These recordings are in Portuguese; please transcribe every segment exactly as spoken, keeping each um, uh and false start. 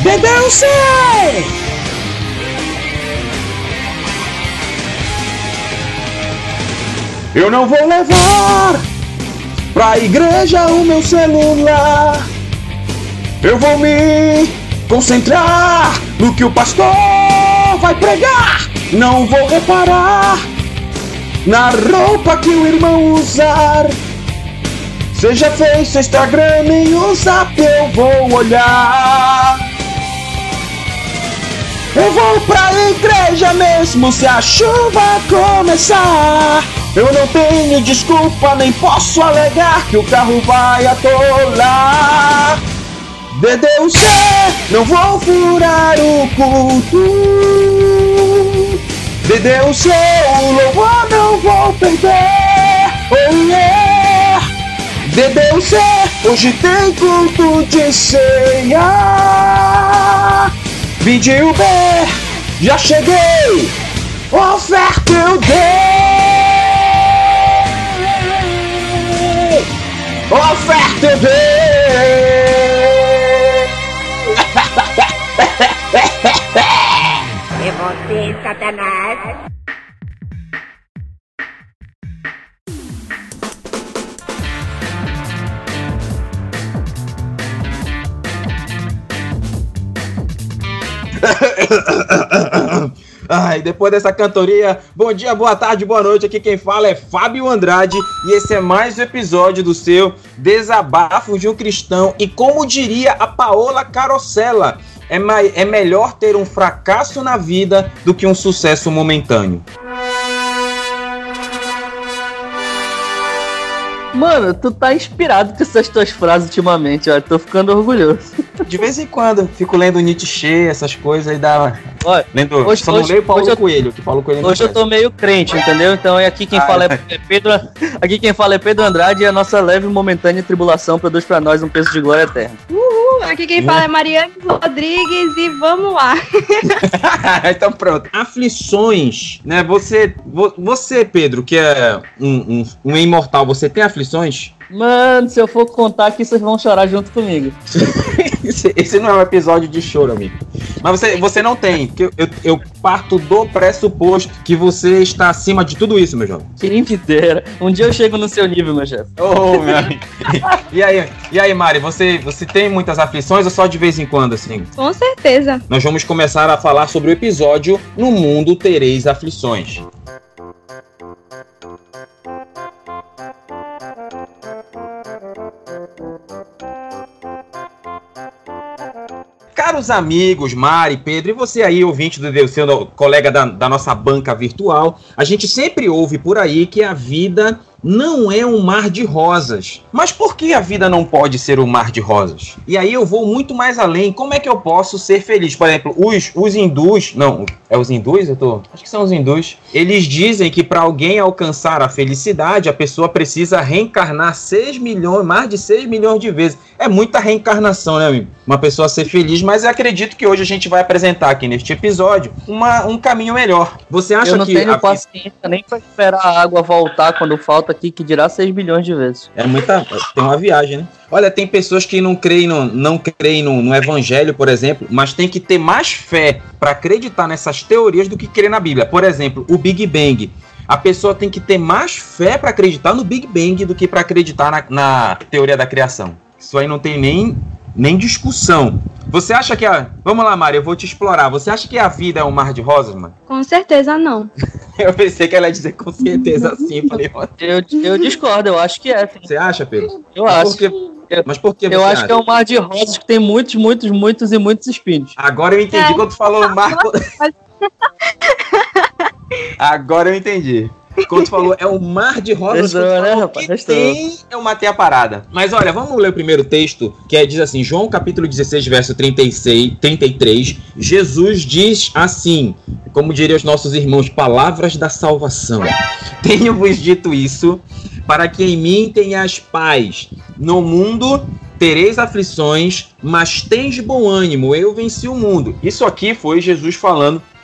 Dedeu-se! Eu não vou levar pra igreja o meu celular. Eu vou me concentrar no que o pastor vai pregar. Não vou reparar na roupa que o irmão usar. Seja Face, Instagram, nem o Zap eu vou olhar. Eu vou pra igreja mesmo se a chuva começar. Eu não tenho desculpa, nem posso alegar que o carro vai atolar. Dedeu-se, não vou furar o culto. Dedeu-se, o louvor não vou perder. Oh yeah. Dedeu-se, hoje tem culto de ceia. Vinde Uber, já cheguei, oferta eu dei. Oferta eu dei. É você, Satanás. Ai, depois dessa cantoria, bom dia, boa tarde, boa noite. Aqui quem fala é Fábio Andrade e esse é mais um episódio do seu Desabafo de um Cristão. E como diria a Paola Carosella, é, é melhor ter um fracasso na vida do que um sucesso momentâneo. Mano, tu tá inspirado com essas tuas frases ultimamente, ó. Tô ficando orgulhoso. De vez em quando, fico lendo Nietzsche, essas coisas aí dá. Olha, lendo, hoje, só não hoje, leio Paulo hoje Coelho, que Paulo Coelho Hoje eu tô meio crente, entendeu? Então é aqui quem ah, fala é, é Pedro. Aqui quem fala é Pedro Andrade e a nossa leve e momentânea tribulação produz pra nós um peso de glória eterna. Uhul! Aqui quem fala é Mariane Rodrigues e vamos lá. Então pronto. Aflições, né? Você, você Pedro, que é um, um, um imortal, você tem aflições? Mano, se eu for contar aqui, vocês vão chorar junto comigo. esse, esse não é um episódio de choro, amigo. Mas você, você não tem, porque eu, eu parto do pressuposto que você está acima de tudo isso, meu jovem. Quem me dera. Um dia eu chego no seu nível, meu chefe. Oh, meu amigo. E aí, e aí, Mari, você, você tem muitas aflições ou só de vez em quando, assim? Com certeza. Nós vamos começar a falar sobre o episódio No Mundo Tereis Aflições. Caros amigos, Mari, Pedro, e você aí, ouvinte do Deus, seu colega da, da nossa banca virtual, a gente sempre ouve por aí que a vida não é um mar de rosas. Mas por que a vida não pode ser um mar de rosas? E aí eu vou muito mais além. Como é que eu posso ser feliz? Por exemplo, os, os hindus... Não, é os hindus? Eu tô... Acho que são os hindus. Eles dizem que para alguém alcançar a felicidade, a pessoa precisa reencarnar seis milhões, mais de seis milhões de vezes. É muita reencarnação, né, amigo? Uma pessoa ser feliz, mas eu acredito que hoje a gente vai apresentar aqui neste episódio uma, um caminho melhor. Você acha que... Eu não que tenho a... paciência nem para esperar a água voltar quando falta aqui, que dirá seis bilhões de vezes. É muita... Tem uma viagem, né? Olha, tem pessoas que não creem no, não creem no, no evangelho, por exemplo, mas tem que ter mais fé para acreditar nessas teorias do que crer na Bíblia. Por exemplo, o Big Bang. A pessoa tem que ter mais fé para acreditar no Big Bang do que para acreditar na, na teoria da criação. Isso aí não tem nem, nem discussão. Você acha que a... Vamos lá, Mari, eu vou te explorar. Você acha que a vida é um mar de rosas, mano? Com certeza não. Eu pensei que ela ia dizer com certeza sim. Falei, eu, eu discordo, eu acho que é. Sim. Você acha, Pedro? Eu acho. Porque... Mas por que você Eu acho acha? que é um mar de rosas que tem muitos, muitos, muitos e muitos espinhos. Agora eu entendi É. quando tu falou mar... Agora eu entendi. Quando tu falou, é um mar de rosas, Restou, quando tu né, falou rapaz? que Restou. tem, eu matei a parada. Mas olha, vamos ler o primeiro texto, que é, diz assim, João capítulo dezesseis, verso trinta e seis, trinta e três, Jesus diz assim, como diriam os nossos irmãos, palavras da salvação. Tenho-vos dito isso, para que em mim tenhas paz. No mundo tereis aflições, mas tens bom ânimo, eu venci o mundo. Isso aqui foi Jesus falando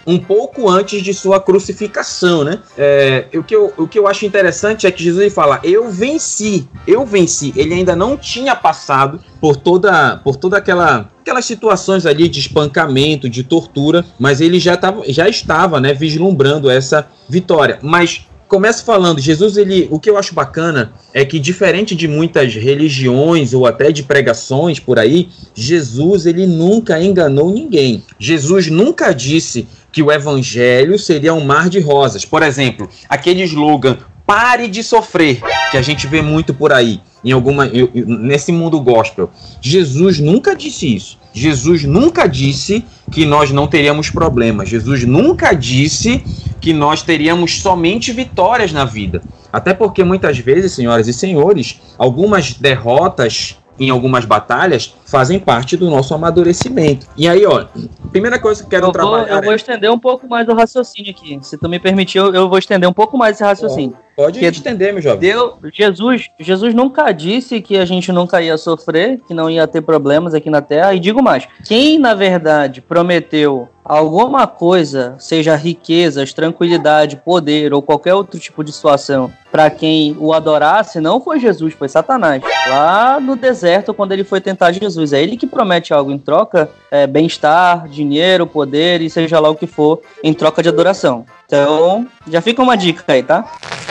um pouco antes de sua crucificação, né? É, o, que eu, o que eu acho interessante é que Jesus ele fala, eu venci, eu venci. Ele ainda não tinha passado por toda, por toda aquela... aquelas situações ali de espancamento, de tortura, mas ele já, tava, já estava, né, vislumbrando essa vitória. Mas começo falando, Jesus, ele, o que eu acho bacana é que, diferente de muitas religiões ou até de pregações por aí, Jesus ele nunca enganou ninguém. Jesus nunca disse que o evangelho seria um mar de rosas. Por exemplo, aquele slogan, pare de sofrer, que a gente vê muito por aí, em alguma, nesse mundo gospel. Jesus nunca disse isso. Jesus nunca disse que nós não teríamos problemas. Jesus nunca disse que nós teríamos somente vitórias na vida. Até porque muitas vezes, senhoras e senhores, algumas derrotas em algumas batalhas fazem parte do nosso amadurecimento. E aí, ó, primeira coisa que eu quero eu vou, trabalhar... Eu vou é... estender um pouco mais o raciocínio aqui. Se tu me permitir, eu, eu vou estender um pouco mais esse raciocínio. Oh, pode estender, meu jovem. Deu, Jesus, Jesus nunca disse que a gente nunca ia sofrer, que não ia ter problemas aqui na Terra. E digo mais, quem, na verdade, prometeu alguma coisa, seja riquezas, tranquilidade, poder ou qualquer outro tipo de situação, para quem o adorasse, não foi Jesus, foi Satanás. Lá no deserto, quando ele foi tentar Jesus, é ele que promete algo em troca, é, bem-estar, dinheiro, poder e seja lá o que for, em troca de adoração. Então, já fica uma dica aí, tá?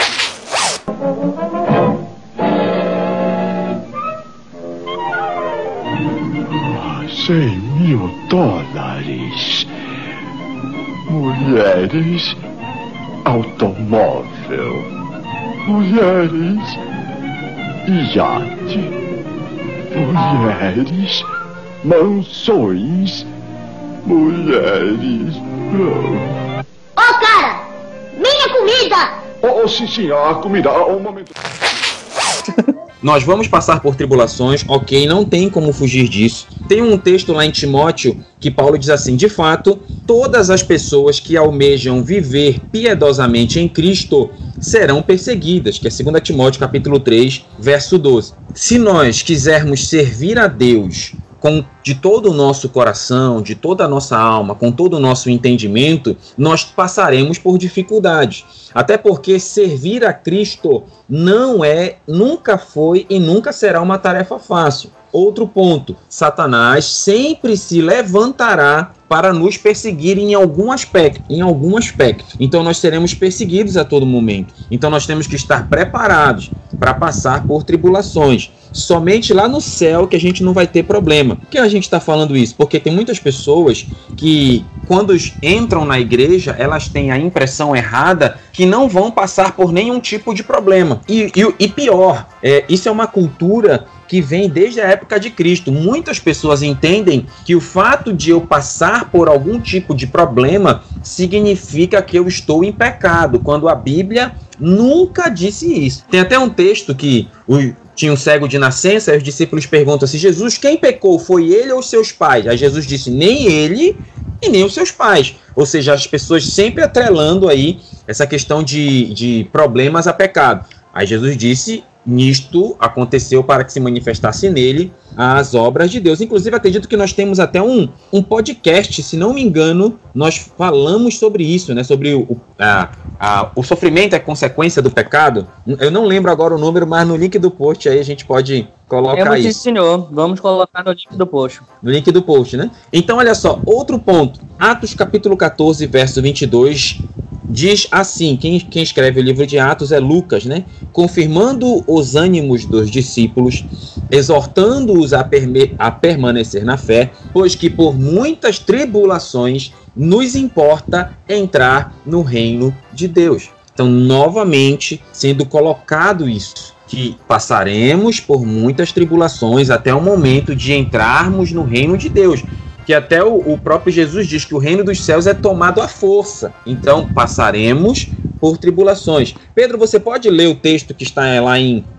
Cem mil dólares. Mulheres, automóvel. Mulheres, iate. Mulheres, mansões. Mulheres. Ô, oh, cara! Minha comida! Oh, oh, sim, sim, a comida. Um momento. Nós vamos passar por tribulações, ok, não tem como fugir disso. Tem um texto lá em Timóteo que Paulo diz assim, de fato, todas as pessoas que almejam viver piedosamente em Cristo serão perseguidas, que é dois Timóteo capítulo três, verso doze. Se nós quisermos servir a Deus com, de todo o nosso coração, de toda a nossa alma, com todo o nosso entendimento, nós passaremos por dificuldades. Até porque servir a Cristo não é, nunca foi e nunca será uma tarefa fácil. Outro ponto, Satanás sempre se levantará para nos perseguir em algum aspecto, em algum aspecto. Então nós seremos perseguidos a todo momento. Então nós temos que estar preparados para passar por tribulações. Somente lá no céu que a gente não vai ter problema. Por que a gente está falando isso? Porque tem muitas pessoas que, quando entram na igreja, elas têm a impressão errada que não vão passar por nenhum tipo de problema. E, e, e pior, é, isso é uma cultura que vem desde a época de Cristo. Muitas pessoas entendem que o fato de eu passar por algum tipo de problema significa que eu estou em pecado, quando a Bíblia nunca disse isso. Tem até um texto que o, tinha um cego de nascença, e os discípulos perguntam assim, Jesus, quem pecou, foi ele ou seus pais? Aí Jesus disse, nem ele e nem os seus pais. Ou seja, as pessoas sempre atrelando aí essa questão de, de problemas a pecado. Aí Jesus disse, nisto aconteceu para que se manifestasse nele as obras de Deus. Inclusive, acredito que nós temos até um, um podcast, se não me engano, nós falamos sobre isso, né? Sobre o, a, a, o sofrimento é consequência do pecado. Eu não lembro agora o número, mas no link do post aí a gente pode colocar isso. isso. Senhor, vamos colocar no link do post. No link do post, né? Então, olha só, outro ponto. Atos capítulo catorze, verso vinte e dois, diz assim, quem, quem escreve o livro de Atos é Lucas, né? Confirmando os ânimos dos discípulos, exortando-os a, perme- a permanecer na fé, pois que por muitas tribulações nos importa entrar no reino de Deus. Então, novamente, sendo colocado isso, que passaremos por muitas tribulações até o momento de entrarmos no reino de Deus. Que até o, o próprio Jesus diz que o reino dos céus é tomado à força. Então, passaremos por tribulações. Pedro, você pode ler o texto que está lá em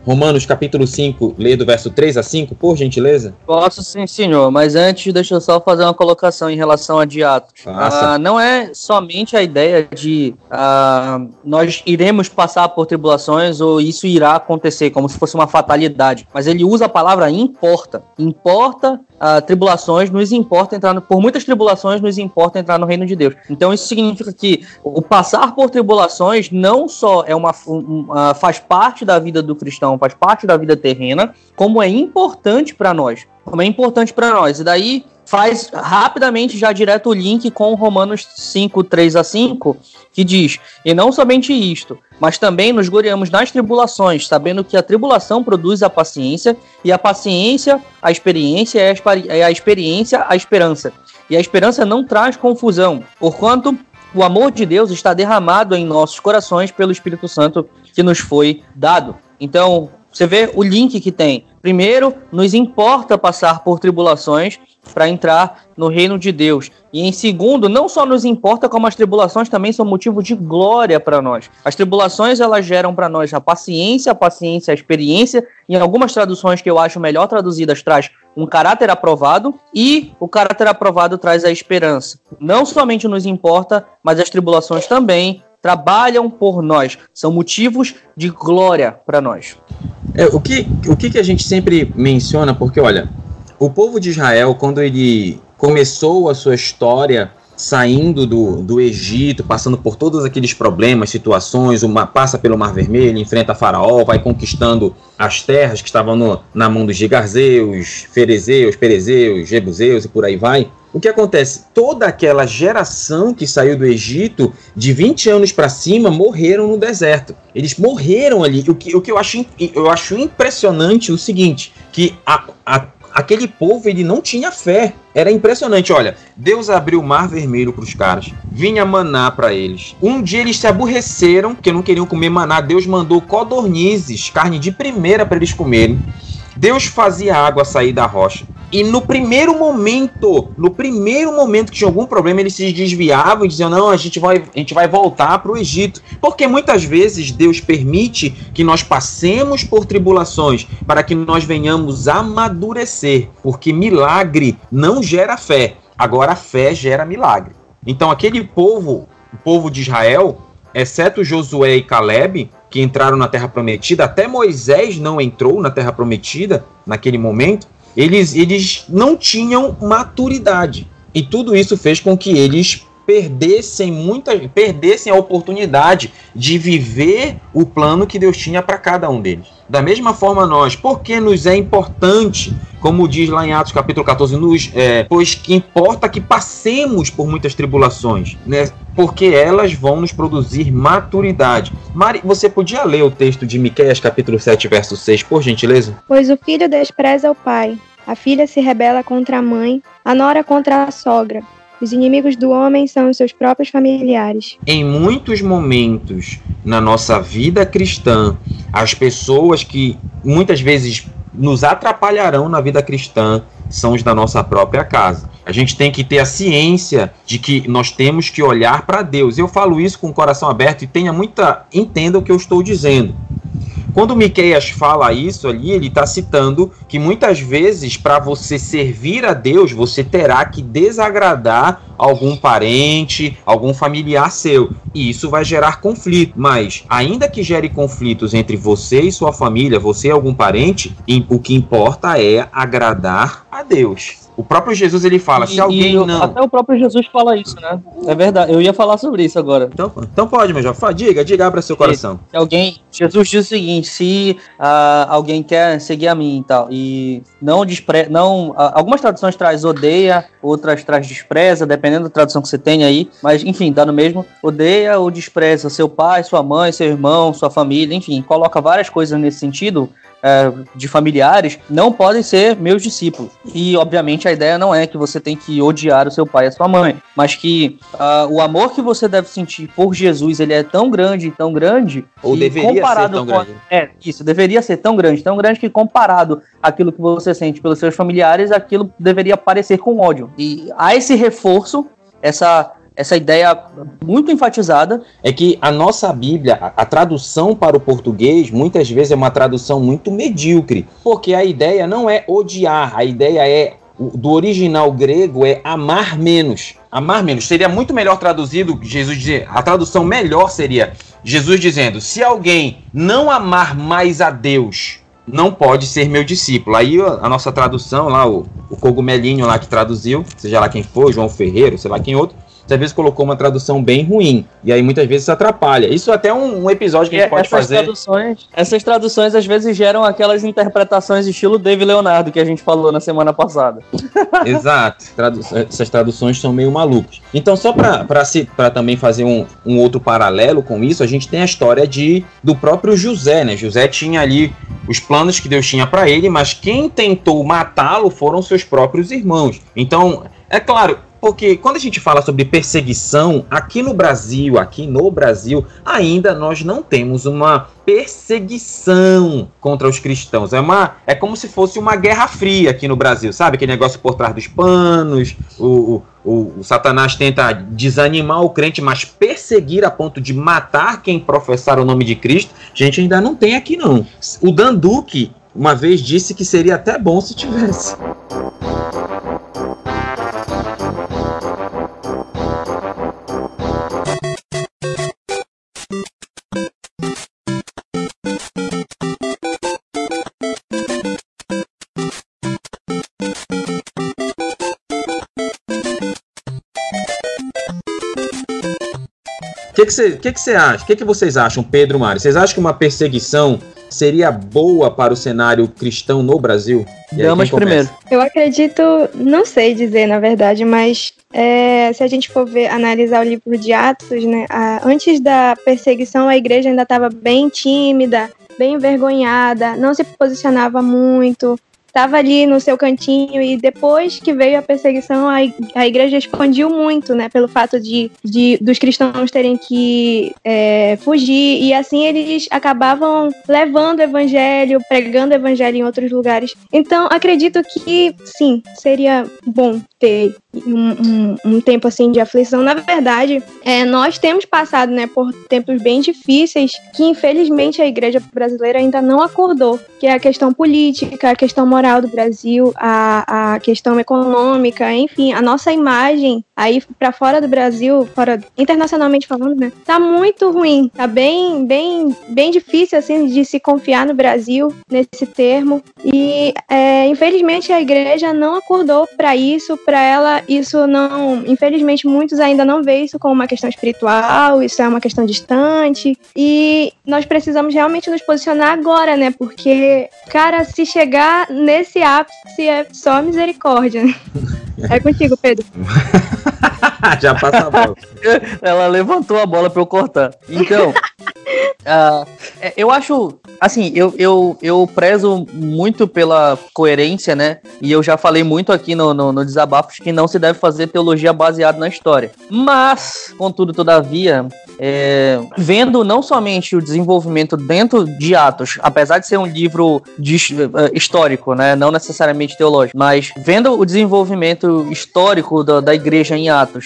Romanos capítulo cinco, lê do verso três a cinco, por gentileza? Posso sim, senhor, mas antes deixa eu só fazer uma colocação em relação a Diatos. Ah, não é somente a ideia de ah, nós iremos passar por tribulações ou isso irá acontecer, como se fosse uma fatalidade, mas ele usa a palavra importa. Importa ah, tribulações, nos importa entrar, no, por muitas tribulações nos importa entrar no reino de Deus. Então isso significa que o passar por tribulações não só é uma, um, uh, faz parte da vida do cristão, faz parte da vida terrena, como é importante para nós. Como é importante para nós. E daí faz rapidamente já direto o link com Romanos cinco, três a cinco, que diz: e não somente isto, mas também nos gloriamos nas tribulações, sabendo que a tribulação produz a paciência, e a paciência, a experiência, e a experiência, a esperança. E a esperança não traz confusão, porquanto o amor de Deus está derramado em nossos corações pelo Espírito Santo que nos foi dado. Então, você vê o link que tem. Primeiro, nos importa passar por tribulações para entrar no reino de Deus. E em segundo, não só nos importa, como as tribulações também são motivo de glória para nós. As tribulações, elas geram para nós a paciência, a paciência, a experiência. Em algumas traduções que eu acho melhor traduzidas, traz um caráter aprovado, e o caráter aprovado traz a esperança. Não somente nos importa, mas as tribulações também trabalham por nós, são motivos de glória para nós. É, o que, o que a gente sempre menciona, porque olha, o povo de Israel, quando ele começou a sua história saindo do, do Egito, passando por todos aqueles problemas, situações, uma, passa pelo Mar Vermelho, enfrenta Faraó, vai conquistando as terras que estavam no, na mão dos gigarzeus, ferezeus, perezeus, jebuseus e por aí vai. O que acontece? Toda aquela geração que saiu do Egito, de vinte anos para cima, morreram no deserto. Eles morreram ali. O que, o que eu, acho, eu acho impressionante é o seguinte, que a, a, aquele povo ele não tinha fé. Era impressionante. Olha, Deus abriu o Mar Vermelho para os caras, vinha maná para eles. Um dia eles se aborreceram, porque não queriam comer maná. Deus mandou codornizes, carne de primeira para eles comerem. Deus fazia a água sair da rocha. E no primeiro momento, no primeiro momento que tinha algum problema, eles se desviavam e diziam, não, a gente vai, a gente vai voltar para o Egito. Porque muitas vezes Deus permite que nós passemos por tribulações para que nós venhamos amadurecer. Porque milagre não gera fé. Agora a fé gera milagre. Então aquele povo, o povo de Israel, exceto Josué e Caleb, que entraram na Terra Prometida, até Moisés não entrou na Terra Prometida naquele momento, eles, eles não tinham maturidade. E tudo isso fez com que eles perdessem, muita, perdessem a oportunidade de viver o plano que Deus tinha para cada um deles. Da mesma forma nós, porque nos é importante, como diz lá em Atos capítulo catorze, nos, é, pois que importa que passemos por muitas tribulações, né? Porque elas vão nos produzir maturidade. Mari, você podia ler o texto de Miqueias capítulo sete, verso seis, por gentileza? Pois o filho despreza o pai, a filha se rebela contra a mãe, a nora contra a sogra. Os inimigos do homem são os seus próprios familiares. Em muitos momentos na nossa vida cristã, as pessoas que muitas vezes nos atrapalharão na vida cristã são os da nossa própria casa. A gente tem que ter a ciência de que nós temos que olhar para Deus. Eu falo isso com o coração aberto e tenha muita... entenda o que eu estou dizendo. Quando Miqueias fala isso ali, ele está citando que muitas vezes, para você servir a Deus, você terá que desagradar algum parente, algum familiar seu. E isso vai gerar conflito. Mas, ainda que gere conflitos entre você e sua família, você e algum parente, o que importa é agradar a Deus. O próprio Jesus, ele fala, e, se alguém e não... Até o próprio Jesus fala isso, né? É verdade, eu ia falar sobre isso agora. Então, então pode, meu jovem, diga, diga, abra seu coração. Se alguém, Jesus diz o seguinte, se uh, alguém quer seguir a mim e tal, e não despreza, não, uh, algumas traduções traz odeia, outras traz despreza, dependendo da tradução que você tem aí, mas enfim, tá no mesmo, odeia ou despreza seu pai, sua mãe, seu irmão, sua família, enfim, coloca várias coisas nesse sentido, É, de familiares, não podem ser meus discípulos. E, obviamente, a ideia não é que você tem que odiar o seu pai e a sua mãe, mas que uh, o amor que você deve sentir por Jesus, ele é tão grande, tão grande, ou deveria comparado ser tão com, grande. É, isso, deveria ser tão grande, tão grande que comparado àquilo que você sente pelos seus familiares, aquilo deveria parecer com ódio. E há esse reforço, essa essa ideia muito enfatizada. É que a nossa Bíblia, a, a tradução para o português, muitas vezes é uma tradução muito medíocre, porque a ideia não é odiar, a ideia é, do original grego, é amar menos. Amar menos. Seria muito melhor traduzido, Jesus dizer, a tradução melhor seria Jesus dizendo, se alguém não amar mais a Deus, não pode ser meu discípulo. Aí a nossa tradução lá, o, o cogumelinho lá que traduziu, seja lá quem for, João Ferreira, sei lá quem outro, às vezes colocou uma tradução bem ruim, e aí muitas vezes isso atrapalha. Isso até é um, um episódio que a gente pode essas fazer. Traduções, essas traduções às vezes geram aquelas interpretações estilo David Leonardo que a gente falou na semana passada. Exato, Tradu- essas traduções são meio malucas. Então só para também fazer um, um outro paralelo com isso, a gente tem a história de, do próprio José, né? José tinha ali os planos que Deus tinha para ele, mas quem tentou matá-lo foram seus próprios irmãos. Então, é claro, porque quando a gente fala sobre perseguição, aqui no Brasil, aqui no Brasil, ainda nós não temos uma perseguição contra os cristãos. É, uma, é como se fosse uma guerra fria aqui no Brasil, sabe? Aquele negócio por trás dos panos, o, o, o Satanás tenta desanimar o crente, mas perseguir a ponto de matar quem professar o nome de Cristo, a gente ainda não tem aqui não. O Dan Duque uma vez disse que seria até bom se tivesse. O que que você que que você acha? O que que vocês acham, Pedro, Mário? Vocês acham que uma perseguição seria boa para o cenário cristão no Brasil? Damas primeiro. Eu acredito, não sei dizer na verdade, mas é, se a gente for ver, analisar o livro de Atos, né, a, antes da perseguição a igreja ainda estava bem tímida, bem envergonhada, não se posicionava muito, estava ali no seu cantinho, e depois que veio a perseguição, a, a igreja expandiu muito, né, pelo fato de, de dos cristãos terem que é, fugir, e assim eles acabavam levando o evangelho, pregando o evangelho em outros lugares. Então, acredito que, sim, seria bom ter um, um, um tempo assim de aflição. Na verdade, é, nós temos passado, né, por tempos bem difíceis, que infelizmente a igreja brasileira ainda não acordou, que é a questão política, a questão moral do Brasil, a, a questão econômica, enfim, a nossa imagem aí para fora do Brasil, fora, internacionalmente falando, né, tá muito ruim, tá bem, bem, bem difícil assim de se confiar no Brasil nesse termo, e é, infelizmente a igreja não acordou para isso. Para ela, isso não, infelizmente muitos ainda não veem isso como uma questão espiritual, isso é uma questão distante, e nós precisamos realmente nos posicionar agora, né, porque, cara, se chegar nesse ápice é só misericórdia, né? É contigo, Pedro. Já passa a bola. Ela levantou a bola pra eu cortar. Então, uh, eu acho, assim, eu, eu, eu prezo muito pela coerência, né? E eu já falei muito aqui no, no, no Desabafos que não se deve fazer teologia baseada na história. Mas, contudo, todavia, é, vendo não somente o desenvolvimento dentro de Atos, apesar de ser um livro de, uh, histórico, né? Não necessariamente teológico, mas vendo o desenvolvimento histórico da, da igreja em Atos,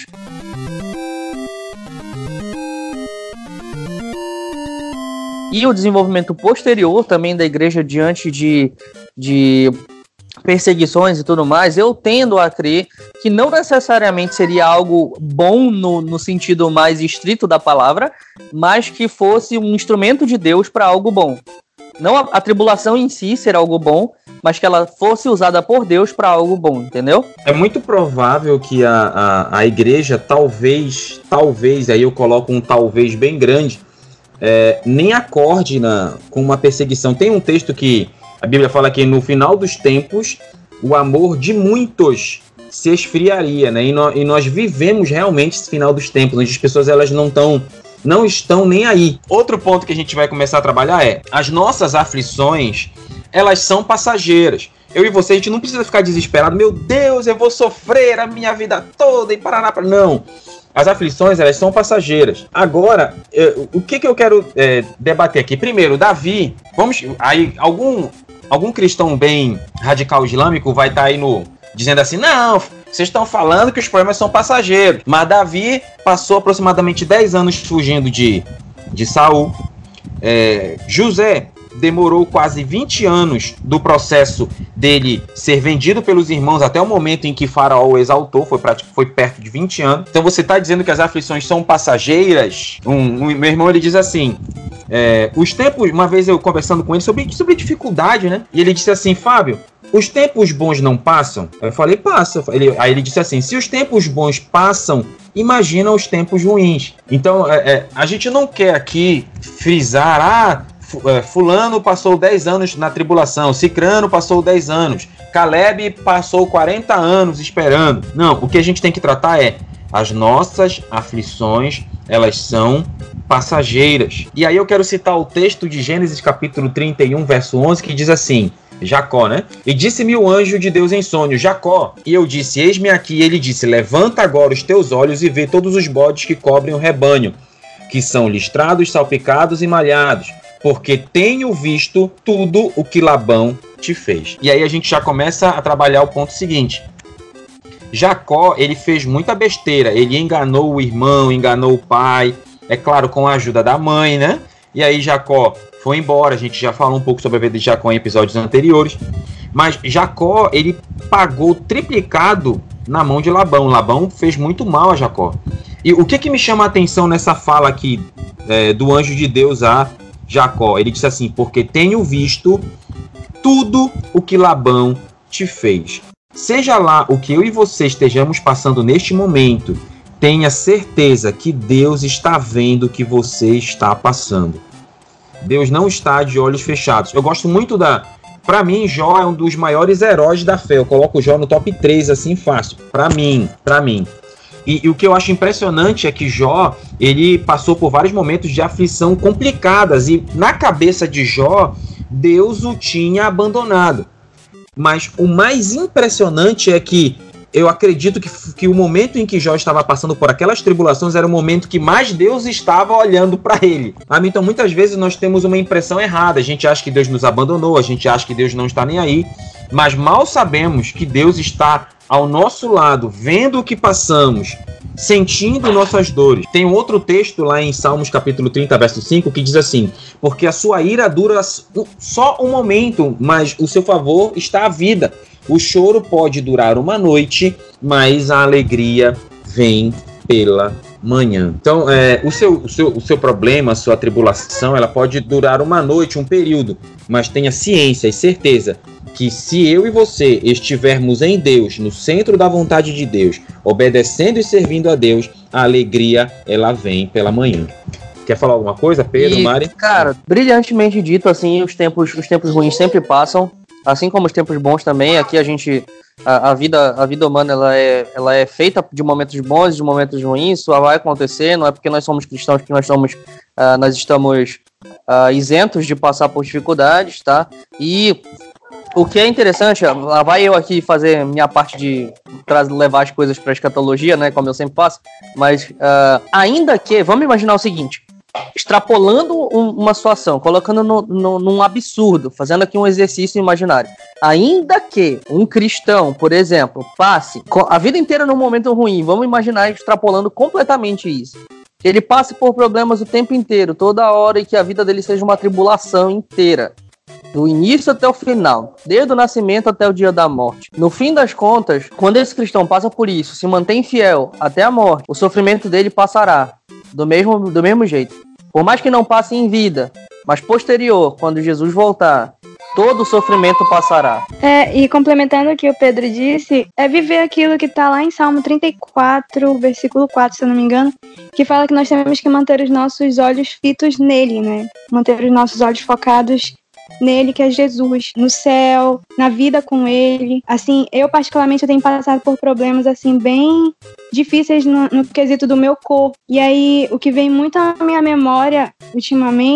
e o desenvolvimento posterior também da igreja diante de, de perseguições e tudo mais, eu tendo a crer que não necessariamente seria algo bom no, no sentido mais estrito da palavra, mas que fosse um instrumento de Deus para algo bom. Não a, a tribulação em si ser algo bom, mas que ela fosse usada por Deus para algo bom, entendeu? É muito provável que a, a, a igreja talvez, talvez, aí eu coloco um talvez bem grande, é, nem acorde na, com uma perseguição. Tem um texto que a Bíblia fala que no final dos tempos o amor de muitos se esfriaria, né? E, no, e nós vivemos realmente esse final dos tempos, onde as pessoas elas não estão não estão nem aí. Outro ponto que a gente vai começar a trabalhar é as nossas aflições, elas são passageiras. Eu e você, a gente não precisa ficar desesperado. Meu Deus, eu vou sofrer a minha vida toda e paraná. Não. As aflições, elas são passageiras. Agora, eu, o que, que eu quero é, debater aqui? Primeiro, Davi, vamos, aí, algum, algum cristão bem radical islâmico vai estar tá aí no, dizendo assim, não, vocês estão falando que os problemas são passageiros. Mas Davi passou aproximadamente dez anos fugindo de, de Saul. É, José demorou quase vinte anos do processo dele ser vendido pelos irmãos até o momento em que Faraó o exaltou, foi, foi perto de vinte anos. Então você está dizendo que as aflições são passageiras? Um, um, meu irmão, ele diz assim, é, os tempos, uma vez eu conversando com ele sobre, sobre dificuldade, né? E ele disse assim, Fábio, os tempos bons não passam? Eu falei, passa. Ele, aí ele disse assim, se os tempos bons passam, imagina os tempos ruins. Então, é, é, a gente não quer aqui frisar, ah, fulano passou dez anos na tribulação, Cicrano passou dez anos, Caleb passou quarenta anos esperando. Não, o que a gente tem que tratar é as nossas aflições, elas são passageiras. E aí eu quero citar o texto de Gênesis capítulo trinta e um, verso onze, que diz assim, Jacó, né? E disse-me o anjo de Deus em sonho, Jacó. E eu disse, eis-me aqui. E ele disse, levanta agora os teus olhos e vê todos os bodes que cobrem o rebanho, que são listrados, salpicados e malhados, porque tenho visto tudo o que Labão te fez. E aí a gente já começa a trabalhar o ponto seguinte. Jacó, ele fez muita besteira. Ele enganou o irmão, enganou o pai, é claro, com a ajuda da mãe, né? E aí Jacó foi embora. A gente já falou um pouco sobre a vida de Jacó em episódios anteriores. Mas Jacó, ele pagou triplicado na mão de Labão. Labão fez muito mal a Jacó. E o que que me chama a atenção nessa fala aqui é, do anjo de Deus a Jacó? Ele disse assim, porque tenho visto tudo o que Labão te fez. Seja lá o que eu e você estejamos passando neste momento, tenha certeza que Deus está vendo o que você está passando. Deus não está de olhos fechados. Eu gosto muito da... Para mim, Jó é um dos maiores heróis da fé. Eu coloco Jó no top três, assim, fácil. Para mim, para mim. E, e o que eu acho impressionante é que Jó, ele passou por vários momentos de aflição complicadas. E na cabeça de Jó, Deus o tinha abandonado. Mas o mais impressionante é que eu acredito que, que o momento em que Jó estava passando por aquelas tribulações era o momento que mais Deus estava olhando para ele. Então, muitas vezes nós temos uma impressão errada. A gente acha que Deus nos abandonou, a gente acha que Deus não está nem aí. Mas mal sabemos que Deus está ao nosso lado, vendo o que passamos, sentindo nossas dores. Tem um outro texto lá em Salmos capítulo trinta, verso cinco, que diz assim, porque a sua ira dura só um momento, mas o seu favor está à vida. O choro pode durar uma noite, mas a alegria vem pela manhã. Então, é, o, seu, o, seu, o seu problema, a sua tribulação, ela pode durar uma noite, um período, mas tenha ciência e certeza que se eu e você estivermos em Deus, no centro da vontade de Deus, obedecendo e servindo a Deus, a alegria, ela vem pela manhã. Quer falar alguma coisa, Pedro, e, Mari? Cara, brilhantemente dito, assim, os tempos, os tempos ruins sempre passam, assim como os tempos bons também. Aqui a gente, a, a, vida, a vida humana, ela é, ela é feita de momentos bons e de momentos ruins, isso vai acontecer, não é porque nós somos cristãos que nós, somos, uh, nós estamos uh, isentos de passar por dificuldades, tá? E o que é interessante, lá vai eu aqui fazer minha parte de levar as coisas para a escatologia, né, como eu sempre faço, mas uh, ainda que, vamos imaginar o seguinte, extrapolando um, uma situação, colocando no, no, num absurdo, fazendo aqui um exercício imaginário, ainda que um cristão, por exemplo, passe a vida inteira num momento ruim, vamos imaginar extrapolando completamente isso, que ele passe por problemas o tempo inteiro, toda hora, e que a vida dele seja uma tribulação inteira, do início até o final, desde o nascimento até o dia da morte. No fim das contas, quando esse cristão passa por isso, se mantém fiel até a morte, o sofrimento dele passará do mesmo, do mesmo jeito. Por mais que não passe em vida, mas posterior, quando Jesus voltar, todo o sofrimento passará. É, e complementando o que o Pedro disse, é viver aquilo que está lá em Salmo trinta e quatro, versículo quatro, se eu não me engano, que fala que nós temos que manter os nossos olhos fitos nele, né? Manter os nossos olhos focados nele, que é Jesus, no céu, na vida com ele. Assim, eu particularmente eu tenho passado por problemas assim bem difíceis no, no quesito do meu corpo. E aí, o que vem muito à minha memória ultimamente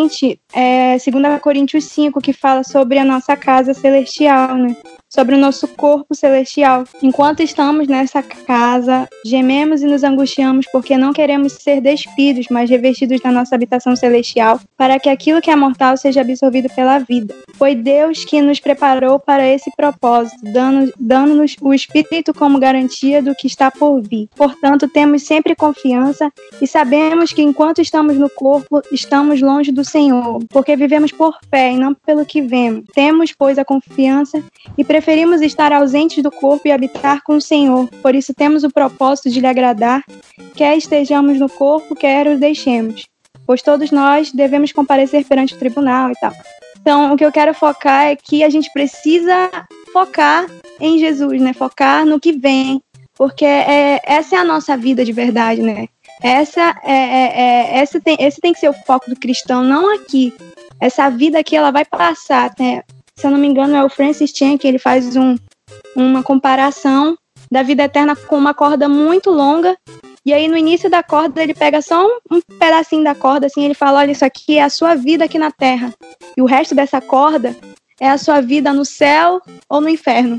é, dois Coríntios cinco, que fala sobre a nossa casa celestial, né? Sobre o nosso corpo celestial. Enquanto estamos nessa casa, gememos e nos angustiamos porque não queremos ser despidos, mas revestidos da nossa habitação celestial, para que aquilo que é mortal seja absorvido pela vida. Foi Deus que nos preparou para esse propósito, dando, dando-nos o Espírito como garantia do que está por vir. Portanto, temos sempre confiança e sabemos que enquanto estamos no corpo, estamos longe do Senhor, porque vivemos por fé e não pelo que vemos. Temos, pois, a confiança e preferimos estar ausentes do corpo e habitar com o Senhor. Por isso temos o propósito de lhe agradar, quer estejamos no corpo, quer o deixemos. Pois todos nós devemos comparecer perante o tribunal e tal. Então, o que eu quero focar é que a gente precisa focar em Jesus, né? Focar no que vem, porque é, essa é a nossa vida de verdade, né? Essa é, é, é, essa tem, esse tem que ser o foco do cristão, não aqui. Essa vida aqui, ela vai passar, né? Se eu não me engano, é o Francis Chan que ele faz um, uma comparação da vida eterna com uma corda muito longa. E aí, no início da corda, ele pega só um, um pedacinho da corda, assim, ele fala, olha, isso aqui é a sua vida aqui na Terra. E o resto dessa corda é a sua vida no céu ou no inferno.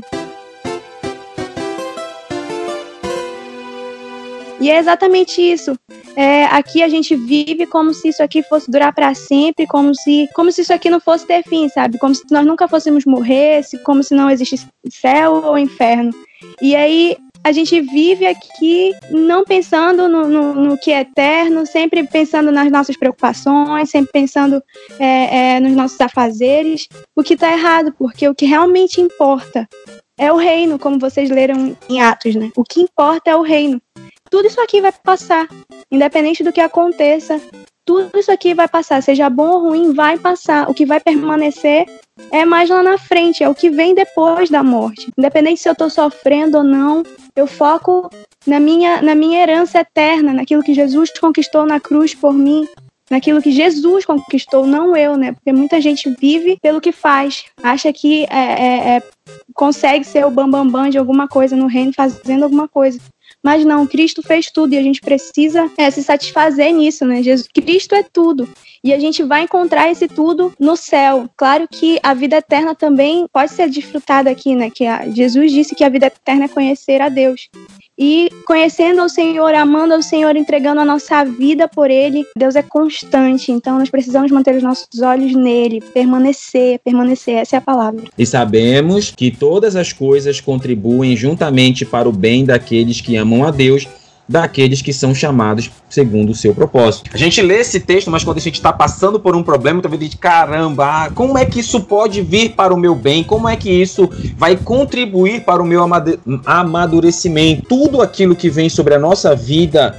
E é exatamente isso. É, aqui a gente vive como se isso aqui fosse durar para sempre, como se, como se isso aqui não fosse ter fim, sabe? Como se nós nunca fôssemos morrer, como se não existisse céu ou inferno. E aí a gente vive aqui não pensando no, no, no que é eterno, sempre pensando nas nossas preocupações, sempre pensando é, é, nos nossos afazeres, o que está errado, porque o que realmente importa é o reino, como vocês leram em Atos, né? O que importa é o reino. Tudo isso aqui vai passar, independente do que aconteça, tudo isso aqui vai passar, seja bom ou ruim, vai passar. O que vai permanecer é mais lá na frente, é o que vem depois da morte. Independente se eu estou sofrendo ou não, eu foco na minha, na minha herança eterna, naquilo que Jesus conquistou na cruz por mim, naquilo que Jesus conquistou, não eu, né? Porque muita gente vive pelo que faz, acha que é, é, é, consegue ser o bambambam bam, bam de alguma coisa no reino, fazendo alguma coisa. Mas não, Cristo fez tudo e a gente precisa é, se satisfazer nisso, né? Jesus, Cristo é tudo. E a gente vai encontrar esse tudo no céu. Claro que a vida eterna também pode ser desfrutada aqui, né? Que a, Jesus disse que a vida eterna é conhecer a Deus. E conhecendo o Senhor, amando ao Senhor, entregando a nossa vida por Ele, Deus é constante. Então nós precisamos manter os nossos olhos nele, permanecer, permanecer, essa é a palavra. E sabemos que todas as coisas contribuem juntamente para o bem daqueles que amam a Deus, daqueles que são chamados segundo o seu propósito. A gente lê esse texto, mas quando a gente está passando por um problema, talvez a gente, caramba, como é que isso pode vir para o meu bem? Como é que isso vai contribuir para o meu amadurecimento? Tudo aquilo que vem sobre a nossa vida,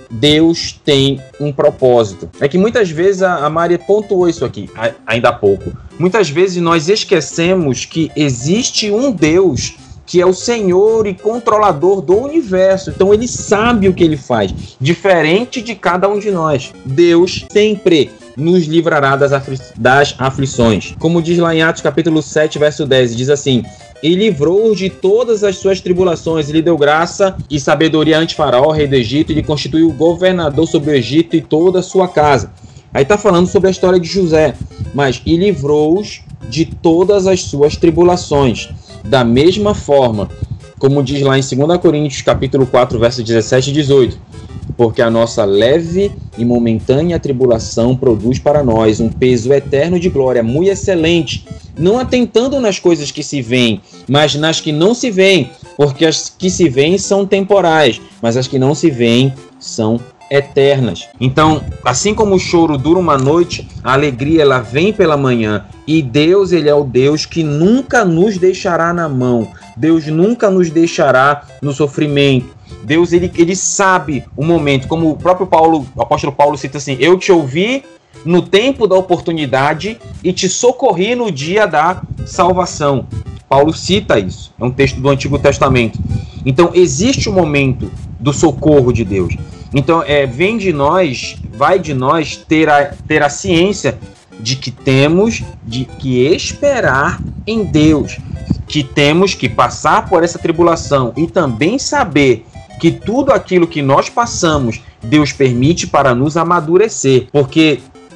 Deus tem um propósito. É que muitas vezes a Mari pontuou isso aqui, ainda há pouco. Muitas vezes nós esquecemos que existe um Deus que é o Senhor e controlador do universo. Então ele sabe o que ele faz, diferente de cada um de nós. Deus sempre nos livrará das, afli- das aflições. Como diz lá em Atos capítulo sete, verso dez, diz assim: e livrou-os de todas as suas tribulações, e lhe deu graça e sabedoria ante Faraó, rei do Egito, e lhe constituiu governador sobre o Egito e toda a sua casa. Aí está falando sobre a história de José, mas e livrou-os de todas as suas tribulações. Da mesma forma, como diz lá em dois Coríntios capítulo quatro, versos dezessete e dezoito, porque a nossa leve e momentânea tribulação produz para nós um peso eterno de glória muito excelente, não atentando nas coisas que se veem, mas nas que não se veem, porque as que se veem são temporais, mas as que não se veem são eternas. Então, assim como o choro dura uma noite, a alegria ela vem pela manhã. E Deus, ele é o Deus que nunca nos deixará na mão. Deus nunca nos deixará no sofrimento. Deus, ele, ele sabe o momento, como o próprio Paulo, o apóstolo Paulo cita assim: eu te ouvi no tempo da oportunidade e te socorri no dia da salvação. Paulo cita isso, é um texto do Antigo Testamento. Então, existe o momento do socorro de Deus. Então, é, vem de nós, vai de nós ter a, ter a ciência de que temos de que esperar em Deus, que temos que passar por essa tribulação e também saber que tudo aquilo que nós passamos, Deus permite para nos amadurecer, porque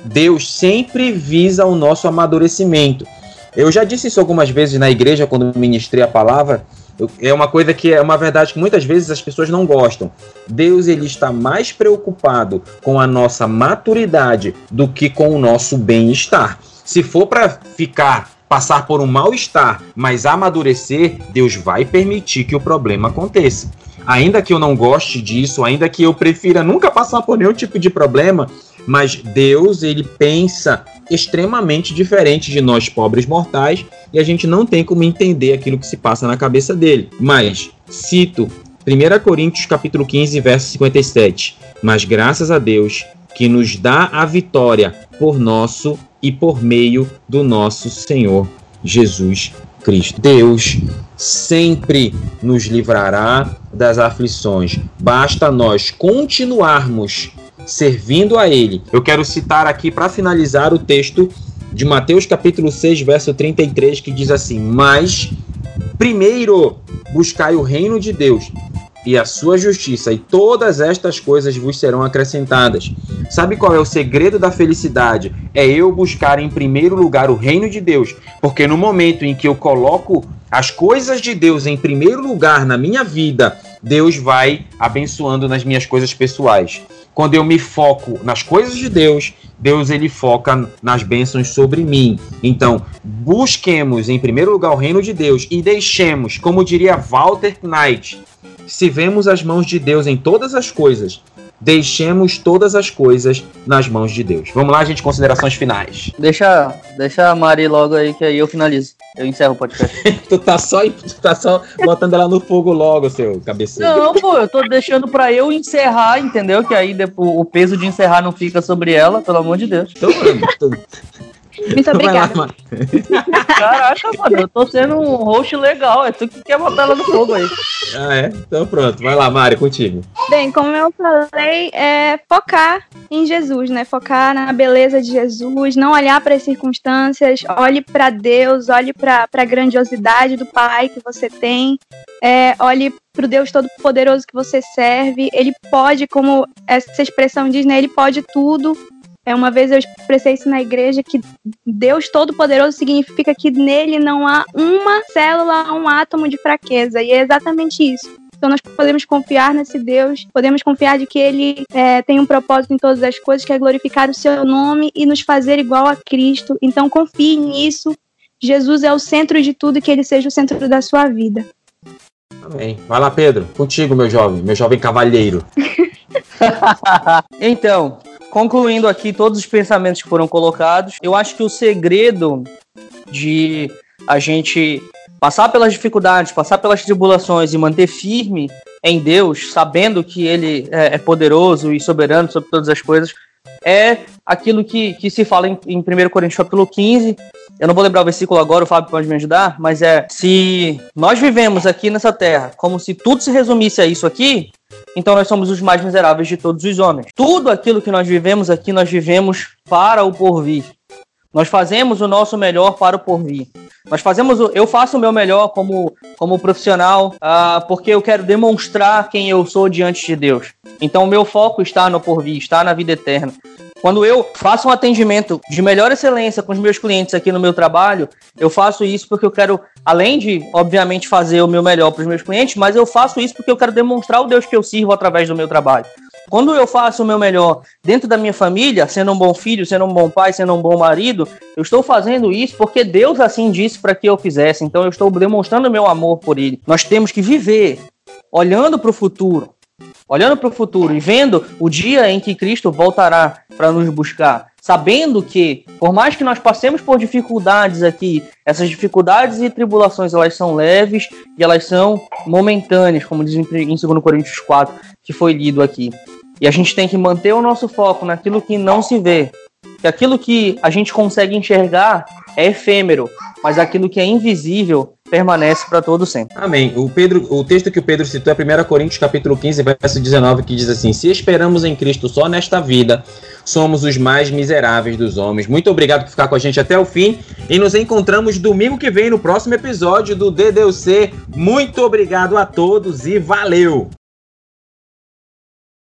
Deus sempre visa o nosso amadurecimento. Eu já disse isso algumas vezes na igreja, quando ministrei a palavra. É uma coisa que é uma verdade que muitas vezes as pessoas não gostam. Deus, ele está mais preocupado com a nossa maturidade do que com o nosso bem-estar. Se for para ficar, passar por um mal-estar, mas amadurecer, Deus vai permitir que o problema aconteça. Ainda que eu não goste disso, ainda que eu prefira nunca passar por nenhum tipo de problema, mas Deus, ele pensa extremamente diferente de nós pobres mortais e a gente não tem como entender aquilo que se passa na cabeça dele. Mas, cito primeira Coríntios capítulo quinze, verso cinquenta e sete, mas graças a Deus que nos dá a vitória por nosso e por meio do nosso Senhor Jesus Cristo. Deus sempre nos livrará das aflições. Basta nós continuarmos servindo a Ele. Eu quero citar aqui para finalizar o texto de Mateus capítulo seis, verso trinta e três, que diz assim: mas primeiro buscai o reino de Deus e a sua justiça, e todas estas coisas vos serão acrescentadas. Sabe qual é o segredo da felicidade? É eu buscar em primeiro lugar o reino de Deus, porque no momento em que eu coloco as coisas de Deus em primeiro lugar na minha vida, Deus vai abençoando nas minhas coisas pessoais. Quando eu me foco nas coisas de Deus, Deus, ele foca nas bênçãos sobre mim. Então, busquemos em primeiro lugar o reino de Deus e deixemos, como diria Walter Knight, se vemos as mãos de Deus em todas as coisas, deixemos todas as coisas nas mãos de Deus. Vamos lá, gente, considerações finais. Deixa, deixa a Mari logo aí, que aí eu finalizo. Eu encerro o podcast. tu, tá só, tu tá só botando ela no fogo logo, seu cabeceiro. Não, pô, eu tô deixando pra eu encerrar, entendeu? Que aí depois, o peso de encerrar não fica sobre ela, pelo amor de Deus. Então, tô... Muito obrigada. Lá, Caraca, mano, eu tô sendo um host legal. É tu que quer botar ela no fogo aí. Ah, é? Então pronto. Vai lá, Mari, contigo. Bem, como eu falei, é focar em Jesus, né? Focar na beleza de Jesus, não olhar para as circunstâncias, olhe para Deus, olhe para a grandiosidade do Pai que você tem, é, olhe para o Deus Todo-Poderoso que você serve. Ele pode, como essa expressão diz, né? Ele pode tudo. É, uma vez eu expressei isso na igreja, que Deus Todo-Poderoso significa que nele não há uma célula, um átomo de fraqueza. E é exatamente isso. Então nós podemos confiar nesse Deus, podemos confiar de que Ele é, tem um propósito em todas as coisas, que é glorificar o seu nome e nos fazer igual a Cristo. Então confie nisso. Jesus é o centro de tudo e que Ele seja o centro da sua vida. Amém. Vai lá, Pedro. Contigo, meu jovem, meu jovem cavalheiro. Então... concluindo aqui todos os pensamentos que foram colocados, eu acho que o segredo de a gente passar pelas dificuldades, passar pelas tribulações e manter firme em Deus, sabendo que Ele é poderoso e soberano sobre todas as coisas, é aquilo que, que se fala em, em primeira Coríntios capítulo quinze. Eu não vou lembrar o versículo agora, o Fábio pode me ajudar, mas é: se nós vivemos aqui nessa terra como se tudo se resumisse a isso aqui, então nós somos os mais miseráveis de todos os homens. Tudo aquilo que nós vivemos aqui, nós vivemos para o porvir. Nós fazemos o nosso melhor para o porvir. Nós fazemos o, eu faço o meu melhor como, como profissional, ah, porque eu quero demonstrar quem eu sou diante de Deus. Então o meu foco está no porvir, está na vida eterna. Quando eu faço um atendimento de melhor excelência com os meus clientes aqui no meu trabalho, eu faço isso porque eu quero, além de, obviamente, fazer o meu melhor para os meus clientes, mas eu faço isso porque eu quero demonstrar o Deus que eu sirvo através do meu trabalho. Quando eu faço o meu melhor dentro da minha família, sendo um bom filho, sendo um bom pai, sendo um bom marido, eu estou fazendo isso porque Deus assim disse para que eu fizesse. Então eu estou demonstrando o meu amor por Ele. Nós temos que viver olhando para o futuro. Olhando para o futuro e vendo o dia em que Cristo voltará para nos buscar, sabendo que, por mais que nós passemos por dificuldades aqui, essas dificuldades e tribulações, elas são leves e elas são momentâneas, como diz em dois Coríntios quatro, que foi lido aqui. E a gente tem que manter o nosso foco naquilo que não se vê, que aquilo que a gente consegue enxergar é efêmero, mas aquilo que é invisível permanece para todo sempre. Amém. O, Pedro, o texto que o Pedro citou é primeira Coríntios capítulo quinze, verso dezenove, que diz assim: se esperamos em Cristo só nesta vida, somos os mais miseráveis dos homens. Muito obrigado por ficar com a gente até o fim e nos encontramos domingo que vem no próximo episódio do D D U C. Muito obrigado a todos e valeu!